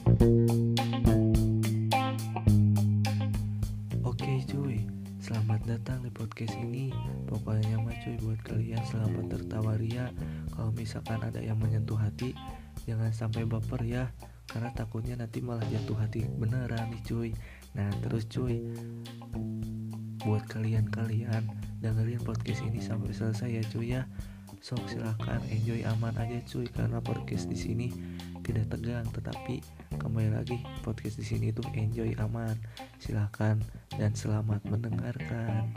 Oke cuy, selamat datang di podcast ini. Pokoknya mah cuy buat kalian selamat tertawa ria. Kalau misalkan ada yang menyentuh hati, jangan sampai baper ya, karena takutnya nanti malah jatuh hati beneran nih cuy. Nah terus cuy, buat kalian dengerin podcast ini sampai selesai ya cuy ya. Sok silahkan enjoy aman aja cuy, karena podcast di sini tidak tegang, tetapi kembali lagi podcast di sini tuh enjoy aman. Silahkan dan selamat mendengarkan.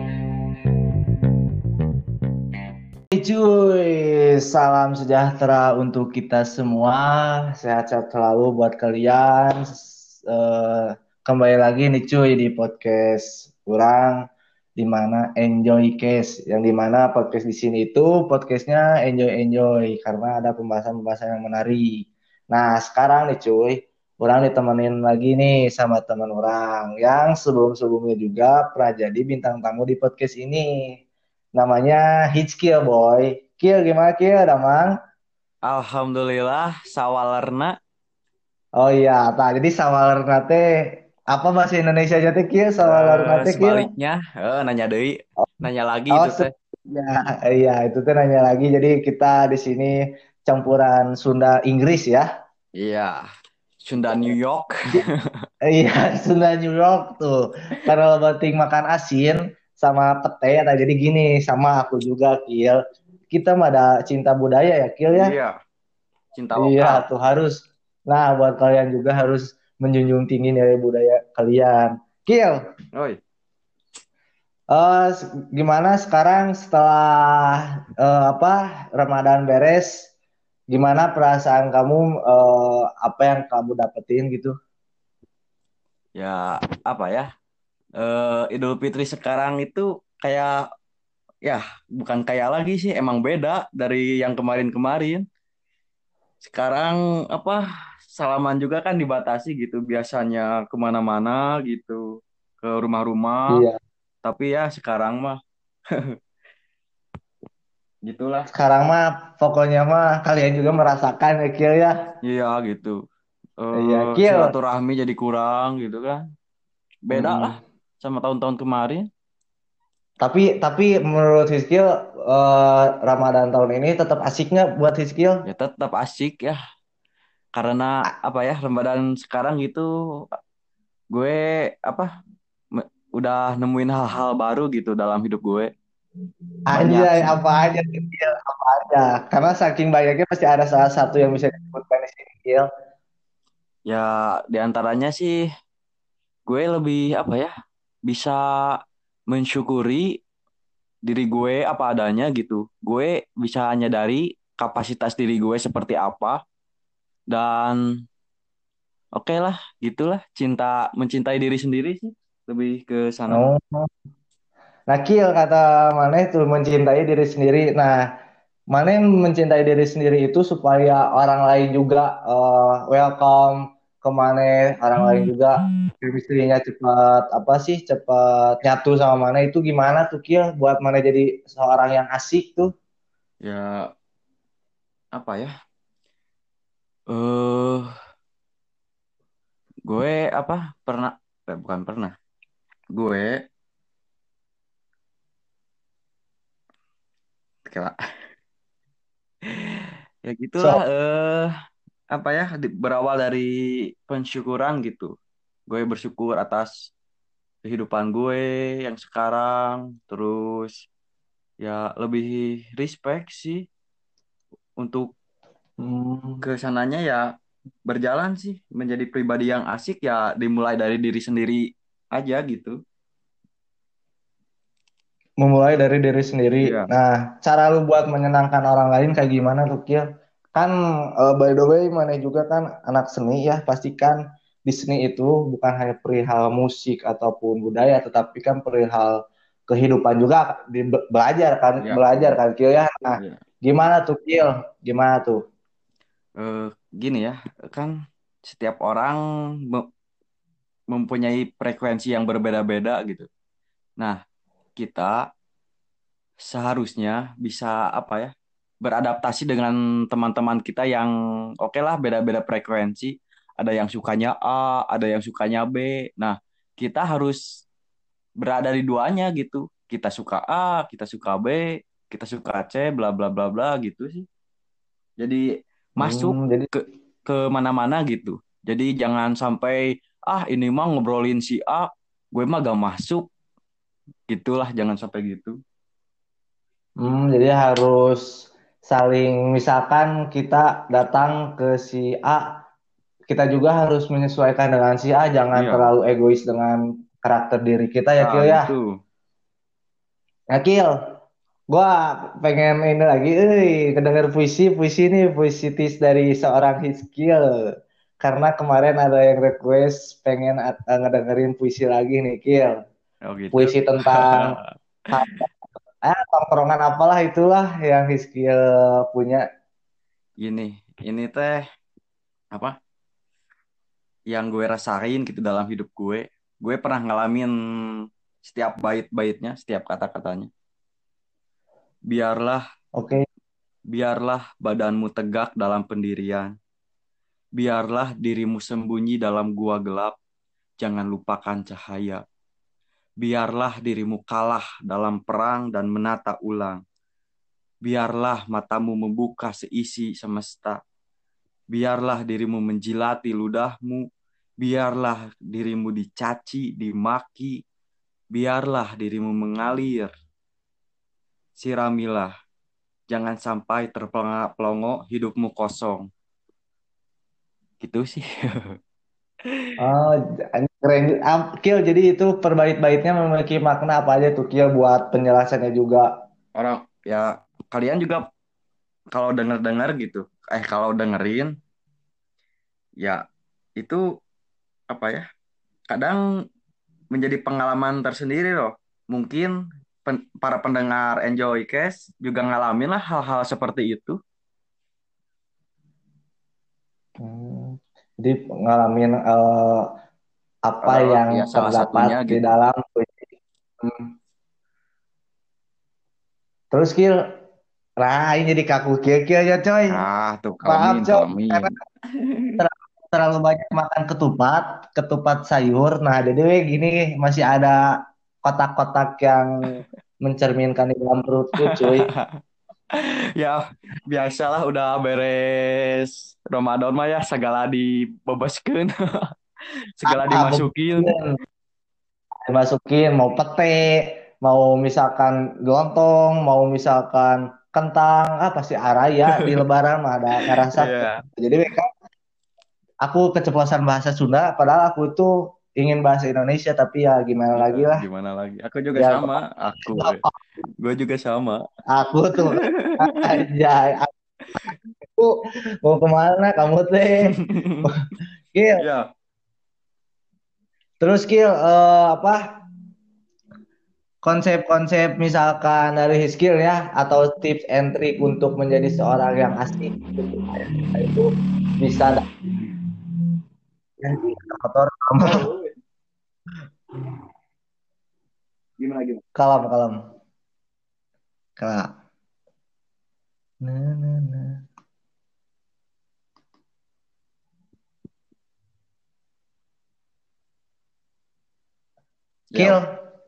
Cuy, salam sejahtera untuk kita semua. Sehat-sehat selalu buat kalian. Eh, Kembali lagi nih cuy di podcast kurang di mana Enjoy Case. Yang di mana podcast di sini itu podcastnya enjoy karena ada pembahasan-pembahasan yang menarik. Nah, sekarang nih cuy, orang ditemenin lagi nih sama teman orang yang sebelum-sebelumnya juga pernah jadi bintang tamu di podcast ini. Namanya Hitskill Boy. Kill gimana Kill, Damang? Alhamdulillah, sawalerna. Oh iya, tak jadi sawalerna teh apa bahasa Indonesia aja teh Kill? Sawalerna teh Kill? Sebaliknya, nanya deui, nanya lagi Oh itu teh. ya, iya itu teh nanya lagi. Jadi kita di sini campuran Sunda Inggris ya. Iya, Sunda New York. Iya, Sunda New York tuh. Kalau bating makan asin sama pete, nah jadi gini sama aku juga Kill. Kita mah ada cinta budaya ya Kill ya. Iya, cinta Iya lokal. tuh harus. Nah buat kalian juga harus menjunjung tinggi nilai budaya kalian. Kiel, Oi, eh, gimana sekarang setelah Ramadan beres? Gimana perasaan kamu? Apa yang kamu dapetin gitu? ya apa ya? Idul Fitri sekarang itu kayak ya bukan kayak lagi sih, emang beda dari yang kemarin-kemarin. Sekarang apa? Salaman juga kan dibatasi gitu, biasanya kemana-mana gitu, ke rumah-rumah. Iya. Tapi ya sekarang mah gitulah. Sekarang mah pokoknya mah kalian juga merasakan ya Kiel ya. Iya gitu. Iya Kiel. Silaturahmi jadi kurang gitu kan. Beda lah Mm-mm. sama tahun-tahun kemarin. Tapi menurut Kiel, Ramadan tahun ini tetap asik nggak buat Kiel? Ya tetap asik ya. Karena apa ya, Ramadan sekarang gitu gue apa udah nemuin hal-hal baru gitu dalam hidup gue. Banyak Anjay, sih. apa aja tuh, Gil? Apa aja? Karena saking banyaknya pasti ada salah satu yang bisa disebutkan di sini, Gil. Ya diantaranya sih gue lebih apa ya, bisa mensyukuri diri gue apa adanya gitu. Gue bisa nyadari kapasitas diri gue seperti apa. Dan oke lah, gitulah. Mencintai diri sendiri sih. Lebih ke sana. Oh. Nah, Gil, kata Maneh itu mencintai diri sendiri. Nah, Maneh mencintai diri sendiri itu supaya orang lain juga welcome ke Maneh, orang lain juga chemistry-nya cepat apa sih cepat nyatu sama Maneh itu gimana tuh Gil buat Maneh jadi seorang yang asik tuh? Ya, apa ya? Eh, gue apa? Pernah, bukan pernah. Gue, kira, ya gitulah. So, Apa ya? Berawal dari pensyukuran gitu. Gue bersyukur atas kehidupan gue yang sekarang. Terus, ya lebih respect sih untuk hmm, ke sananya ya berjalan sih menjadi pribadi yang asik ya dimulai dari diri sendiri aja gitu. memulai dari diri sendiri. Iya. Nah, cara lu buat menyenangkan orang lain kayak gimana tuh, Kiel? Kan by the way, mana juga kan anak seni ya, pastikan di seni itu bukan hanya perihal musik ataupun budaya, tetapi kan perihal kehidupan juga Ya, belajar kan, Kiel ya. Nah, iya. gimana tuh, Kiel? Gimana tuh? Eh, Gini ya, kan setiap orang me- mempunyai frekuensi yang berbeda-beda gitu. Nah, kita seharusnya bisa apa ya, beradaptasi dengan teman-teman kita yang oke lah beda-beda frekuensi ada yang sukanya A, ada yang sukanya B. Nah, kita harus berada di duanya gitu. Kita suka A, kita suka B, kita suka C, bla bla bla bla gitu sih. Jadi masuk Jadi ke mana-mana gitu. Jadi jangan sampai ini mah ngobrolin si A, gue mah gak masuk. Gitulah, jangan sampai gitu. jadi harus saling, misalkan kita datang ke si A, kita juga harus menyesuaikan dengan si A, jangan Iya. terlalu egois dengan karakter diri kita ya Nah, Kil ya. gitu. Ya Kil, gua pengen ini lagi, kedenger puisi nih, puisi tis dari seorang Hizkil. Karena kemarin ada yang request pengen ngedengerin puisi lagi nih Kil. Oh gitu. Puisi tentang tongkrongan apalah itulah yang Hizkil punya. Ini teh apa? Yang gue rasain gitu dalam hidup gue. Gue pernah ngalamin setiap bait-baitnya, setiap kata-katanya. Biarlah, Oke. biarlah badanmu tegak dalam pendirian. Biarlah dirimu sembunyi dalam gua gelap. Jangan lupakan cahaya. Biarlah dirimu kalah dalam perang dan menata ulang. Biarlah matamu membuka seisi semesta. Biarlah dirimu menjilati ludahmu. Biarlah dirimu dicaci, dimaki. Biarlah dirimu mengalir. Siramilah. Jangan sampai terpelongo hidupmu kosong. Gitu sih. Oh, keren. Kil, jadi itu perbait-baitnya memiliki makna apa aja tuh Kil buat penjelasannya juga. Orang ya kalian juga kalau denger-dengar gitu, kalau dengerin ya itu apa ya? Kadang menjadi pengalaman tersendiri loh. Mungkin para pendengar Enjoy Cast juga ngalamin lah hal-hal seperti itu. Hmm, jadi ngalamin apa yang Ya salah terdapat satunya di gitu. dalam puisi. Hmm. Terus Kil, nah ini jadi kaku Kil Kil ya coy. Tuh Maaf kalamin, coy, kalamin. karena terlalu banyak makan ketupat, ketupat sayur. Nah jadi gini masih ada kotak-kotak yang mencerminkan di dalam perutku cuy. Ya biasalah udah beres Ramadan mah ya segala dibebaskeun, segala dimasukin. Dimasukin mau pete, mau misalkan lontong, mau misalkan kentang, pasti araya di lebaran mah ada ngerasa tuh. Iya. Jadi mereka, aku keceplosan bahasa Sunda padahal aku tuh ingin bahasa Indonesia tapi ya gimana Iya, lagi lah. gimana lagi? Aku juga Ya sama. Gue juga sama. aku tuh aja aku mau kemana kamu teh. Gil, Ya, terus Gil, apa konsep-konsep misalkan dari skill ya atau tips and trick untuk menjadi seorang yang asik gitu. Itu bisa dari motor kamu. gimana gimana? Kalem kalem kalem. Nah, nah, nah. Ya, Skill.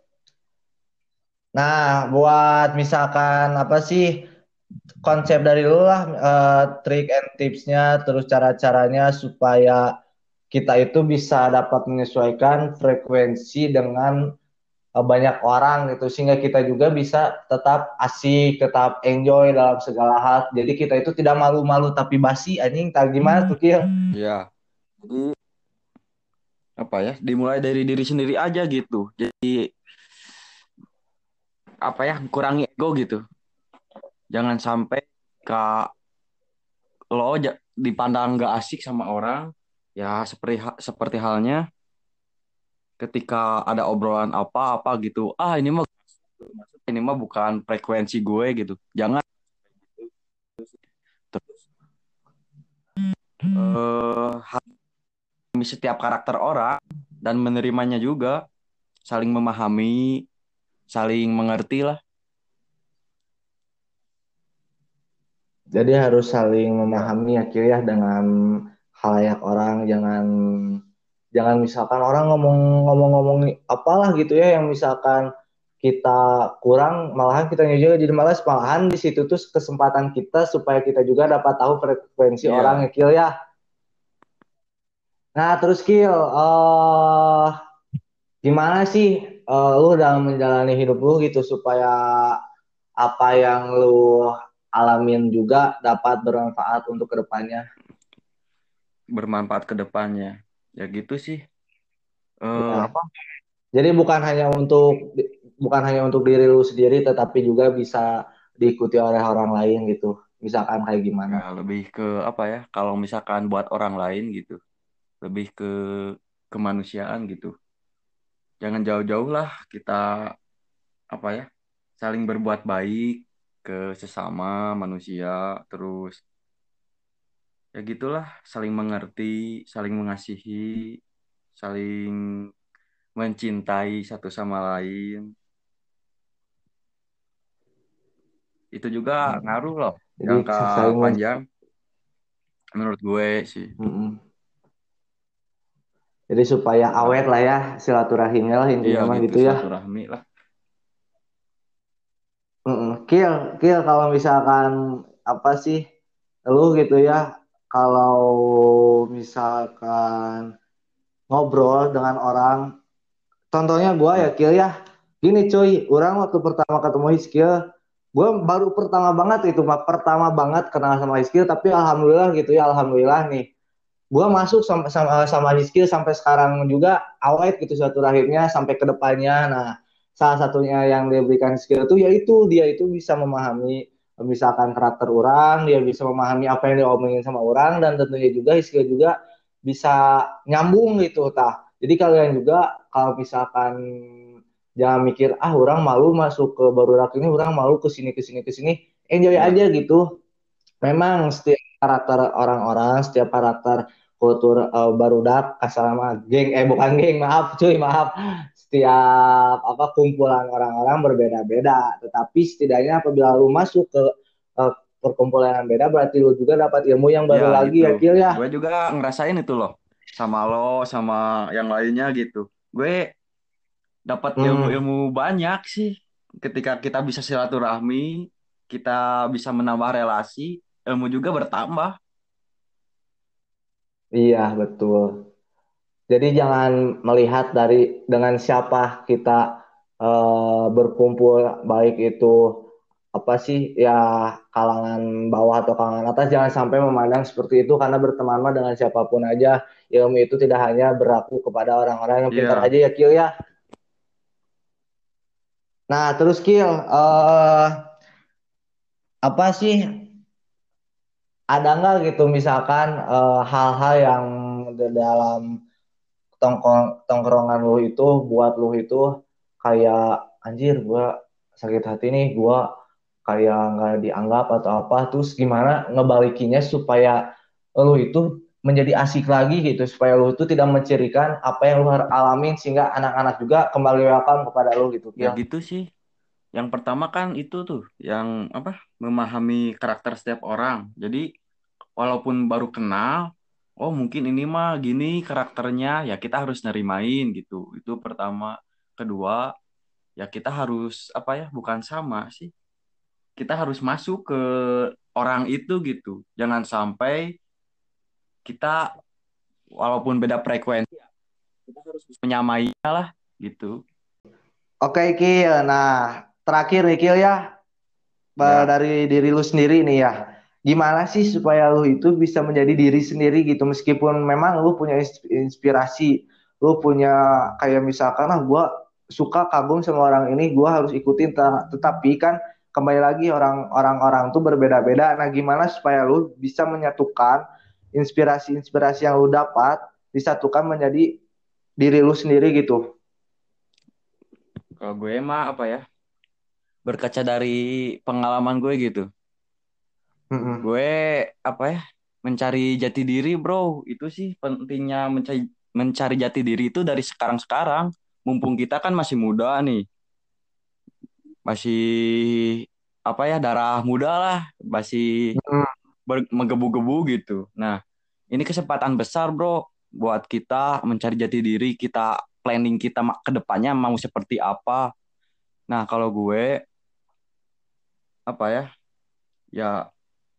Nah, buat misalkan apa sih konsep dari lu lah, trik and tipsnya, terus cara-caranya supaya kita itu bisa dapat menyesuaikan frekuensi dengan banyak orang gitu sehingga kita juga bisa tetap asik, tetap enjoy dalam segala hal. Jadi kita itu tidak malu-malu tapi basi anjing, tak gimana tuh Kil? ya. Jadi apa ya? Dimulai dari diri sendiri aja gitu. Jadi apa ya? Kurangi ego gitu. Jangan sampai kak lo dipandang gak asik sama orang. Ya seperti halnya ketika ada obrolan apa-apa gitu. Ini mah bukan frekuensi gue gitu. Jangan setiap karakter orang dan menerimanya juga, saling memahami, saling mengerti lah. Jadi harus saling Ya, memahami ya Kil ya dengan halayak orang, jangan jangan misalkan orang ngomong-ngomong apalah gitu ya, yang misalkan kita kurang, malahan kita juga jadi malas, malahan di situ tuh kesempatan kita supaya kita juga dapat tahu frekuensi orang Iya, ya Kil ya. Nah terus Kil, gimana sih lu dalam menjalani hidup lu gitu supaya apa yang lu alamin juga dapat bermanfaat untuk kedepannya. bermanfaat ke depannya. Ya gitu sih. Ya. Apa? Jadi bukan hanya untuk diri lu sendiri, tetapi juga bisa diikuti oleh orang lain gitu. Misalkan kayak gimana? Ya lebih ke apa ya? Kalau misalkan buat orang lain gitu, lebih ke kemanusiaan gitu. Jangan jauh-jauh lah kita apa ya? Saling berbuat baik ke sesama manusia, terus ya gitulah, saling mengerti, saling mengasihi, saling mencintai satu sama lain. Itu juga Hmm. ngaruh loh Jadi jangka saling panjang menurut gue sih. Mm-mm. Jadi supaya awet Ya, lah ya silaturahimnya lah, iya intinya mah gitu gitu ya. silaturahmi lah. Mm-mm. Kill, kill kalau misalkan apa sih lu gitu ya, kalau misalkan ngobrol dengan orang, contohnya gue ya Ya, kill ya, gini cuy, orang waktu pertama ketemu Hiskil, gue baru pertama banget itu mah, pertama banget kenal sama Hiskil, tapi alhamdulillah gitu ya, alhamdulillah nih gue masuk sama Hiskil sampai sekarang juga awet gitu suatu terakhirnya sampai ke depannya. Nah, salah satunya yang diberikan skill itu yaitu dia itu bisa memahami misalkan karakter orang, dia bisa memahami apa yang diomongin sama orang, dan tentunya juga skill juga bisa nyambung gitu tah. Jadi kalian juga kalau misalkan jangan mikir orang malu masuk ke barudak ini, orang malu ke sini, enjoy aja iya, gitu. Memang setiap karakter orang-orang, setiap karakter kultur barudak, asal nama geng, bukan geng, maaf cuy, maaf. Setiap apa kumpulan orang-orang berbeda-beda. Tetapi setidaknya apabila lu masuk ke uh, perkumpulan yang beda, berarti lu juga dapat ilmu yang iya baru lagi gitu. ya, Kil ya. Gue juga ngerasain itu loh sama lo, sama yang lainnya gitu. Gue dapat Hmm, ilmu-ilmu banyak sih ketika kita bisa silaturahmi, kita bisa menambah relasi, ilmu juga bertambah. iya betul. Jadi jangan melihat dari dengan siapa kita berkumpul, baik itu apa sih ya, kalangan bawah atau kalangan atas, jangan sampai memandang seperti itu, karena bertemanlah dengan siapapun aja. Ilmu itu tidak hanya berlaku kepada orang-orang yang pintar Iya, aja ya Kil ya. Nah terus Kil, apa sih, ada nggak gitu misalkan hal-hal yang di dalam tongkrongan lu itu buat lu itu kayak anjir gua sakit hati nih, gua kayak nggak dianggap atau apa, terus gimana ngebalikinya supaya lu itu menjadi asik lagi gitu, supaya lu itu tidak mencirikan apa yang lu alamin, sehingga anak-anak juga kembali welcome kepada lu gitu ya Kil. gitu sih. Yang pertama kan itu tuh yang apa? Memahami karakter setiap orang. Jadi walaupun baru kenal, oh mungkin ini mah gini karakternya, ya kita harus nerimain gitu. Itu pertama. Kedua, ya kita harus apa ya? Bukan sama sih. Kita harus masuk ke orang itu gitu. Jangan sampai kita walaupun beda frekuensi, kita harus bisa menyamainya lah gitu. Oke Kil, nah terakhir nih Kil ya, Ya, dari diri lu sendiri nih ya, gimana sih supaya lu itu bisa menjadi diri sendiri gitu, meskipun memang lu punya inspirasi, lu punya kayak misalkan gue suka kagum sama orang ini, gue harus ikutin, tetapi kan kembali lagi orang-orang tuh berbeda-beda. Nah gimana supaya lu bisa menyatukan inspirasi-inspirasi yang lu dapat, disatukan menjadi diri lu sendiri gitu. kalau gue mah apa ya? Berkaca dari pengalaman gue gitu. Mm-mm. Gue apa ya? Mencari jati diri, bro. Itu sih pentingnya mencari jati diri itu dari sekarang-sekarang. Mumpung kita kan masih muda nih. Masih apa ya? Darah muda lah, masih Mm. menggebu-gebu gitu. Nah, ini kesempatan besar bro buat kita mencari jati diri, kita planning kita ke depannya mau seperti apa. Nah kalau gue apa ya, ya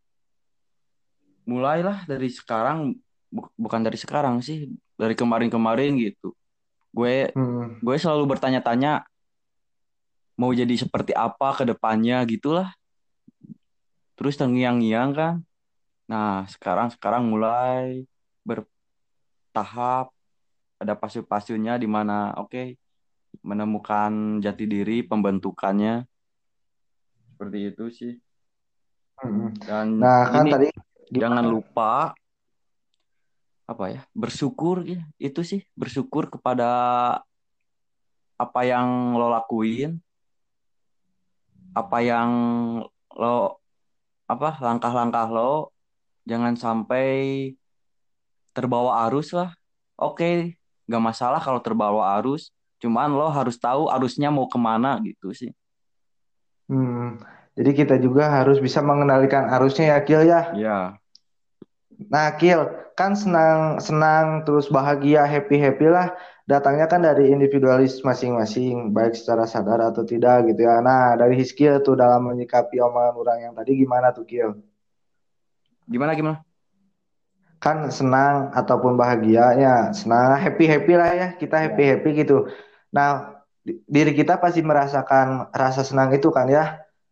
mulailah dari sekarang, bukan dari sekarang sih, dari kemarin-kemarin gitu. Gue Hmm. gue selalu bertanya-tanya mau jadi seperti apa ke depannya gitulah. Terus terngiang-ngiang kan. Nah, sekarang mulai bertahap, ada fase-fasenya di mana oke, menemukan jati diri, pembentukannya seperti itu sih. Hmm. Dan Nah, kan ini tadi jangan gimana? lupa apa ya? Bersyukur ya. Itu sih, bersyukur kepada apa yang lo lakuin, apa yang lo apa langkah-langkah lo, jangan sampai terbawa arus lah. Oke, nggak masalah kalau terbawa arus. Cuman lo harus tahu arusnya mau kemana gitu sih. Hmm. Jadi kita juga harus bisa mengendalikan arusnya ya, Kil ya. Ya, Nah, Kil, kan senang-senang terus bahagia, happy-happy lah. Datangnya kan dari individualis masing-masing, baik secara sadar atau tidak gitu ya. Nah, dari Hiskil tuh dalam menyikapi omongan orang yang tadi gimana tuh, Kil? gimana gimana? Kan senang ataupun bahagianya, senang, happy-happy lah ya. Kita Ya, happy-happy gitu. Nah, diri kita pasti merasakan rasa senang itu kan ya.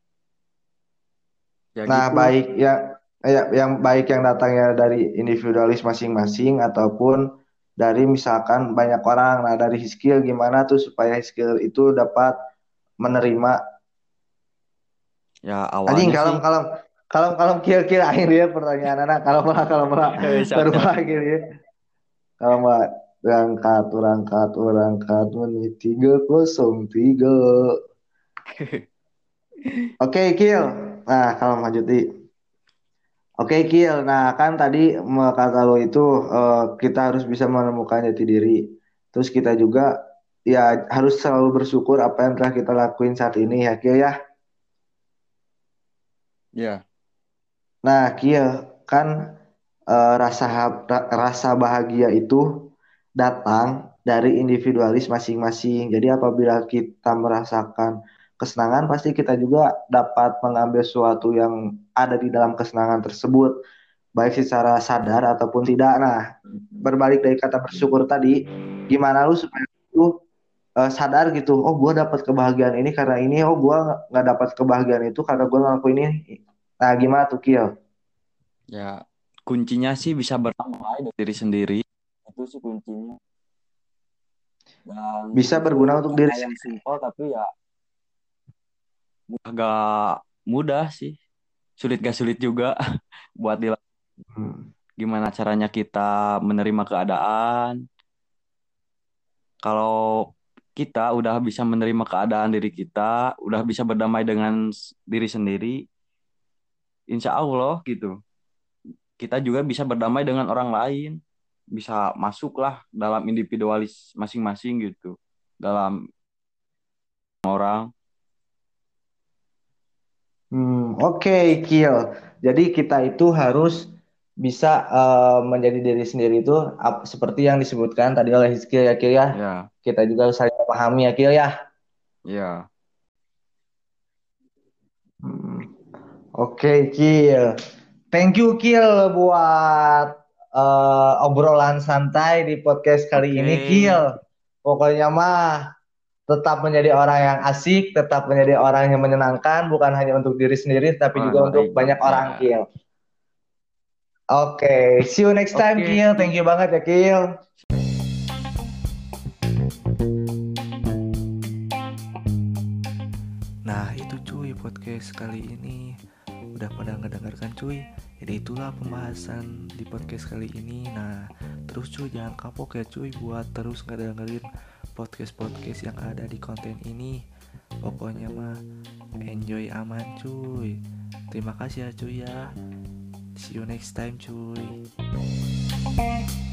ya Nah, gitu. baik yang baik yang datangnya dari individualis masing-masing ataupun dari misalkan banyak orang. Nah, dari skill gimana tuh supaya skill itu dapat menerima. Ya Anjing awalnya sih. kalem kalem kalem kalem kira-kira akhir ya pertanyaan anak kalau malah Siap-siap. terus akhir ya. Kalau malah berangkat menit 303. Oke, Kill. Nah, kalau lanjut di. Oke, Kiel. Nah, kan tadi kata lo itu kita harus bisa menemukan jati diri. Terus kita juga ya harus selalu bersyukur apa yang telah kita lakuin saat ini ya, Kiel ya. Ya, Nah, Kiel, kan rasa bahagia itu datang dari individualis masing-masing. Jadi apabila kita merasakan kesenangan, pasti kita juga dapat mengambil sesuatu yang ada di dalam kesenangan tersebut, baik secara sadar ataupun tidak. Nah, berbalik dari kata bersyukur tadi, gimana lu supaya lu sadar gitu, oh gue dapat kebahagiaan ini karena ini, oh gue nggak dapat kebahagiaan itu karena gue ngelakuin ini. Nah, gimana tuh Kiel? ya kuncinya sih bisa berdamai dengan diri sendiri. Itu sih kuncinya. Dan Bisa itu berguna untuk diri kata yang sendiri. simpel tapi ya agak mudah sih. Sulit gak sulit juga buat dilakukan. Hmm. Gimana caranya kita menerima keadaan. Kalau kita udah bisa menerima keadaan diri kita, udah bisa berdamai dengan diri sendiri, insya Allah gitu. Kita juga bisa berdamai dengan orang lain. Bisa masuklah dalam individualis masing-masing gitu. Dalam orang. Oke, Kiel. Jadi kita itu harus bisa menjadi diri sendiri itu seperti yang disebutkan tadi oleh Hizkil ya, Kiel ya. Ya, Kita juga harus saling memahami ya, Kiel ya. ya. Hmm. Oke, Kiel. Thank you, Kiel, buat obrolan santai di podcast kali Oke. ini, Kiel. Pokoknya mah tetap menjadi orang yang asik, tetap menjadi orang yang menyenangkan, bukan hanya untuk diri sendiri, tapi Oh, juga untuk baik, baik. banyak orang, Ya. Kiel. Oke, see you next time, Oke. Kiel. Thank you banget ya, Kiel. Nah itu cuy podcast kali ini. Udah pada ngedengarkan cuy. Jadi itulah pembahasan di podcast kali ini. Nah terus cuy jangan kapok ya cuy buat terus ngedengerin podcast-podcast yang ada di konten ini. Pokoknya mah enjoy aman cuy. Terima kasih ya cuy ya. See you next time cuy.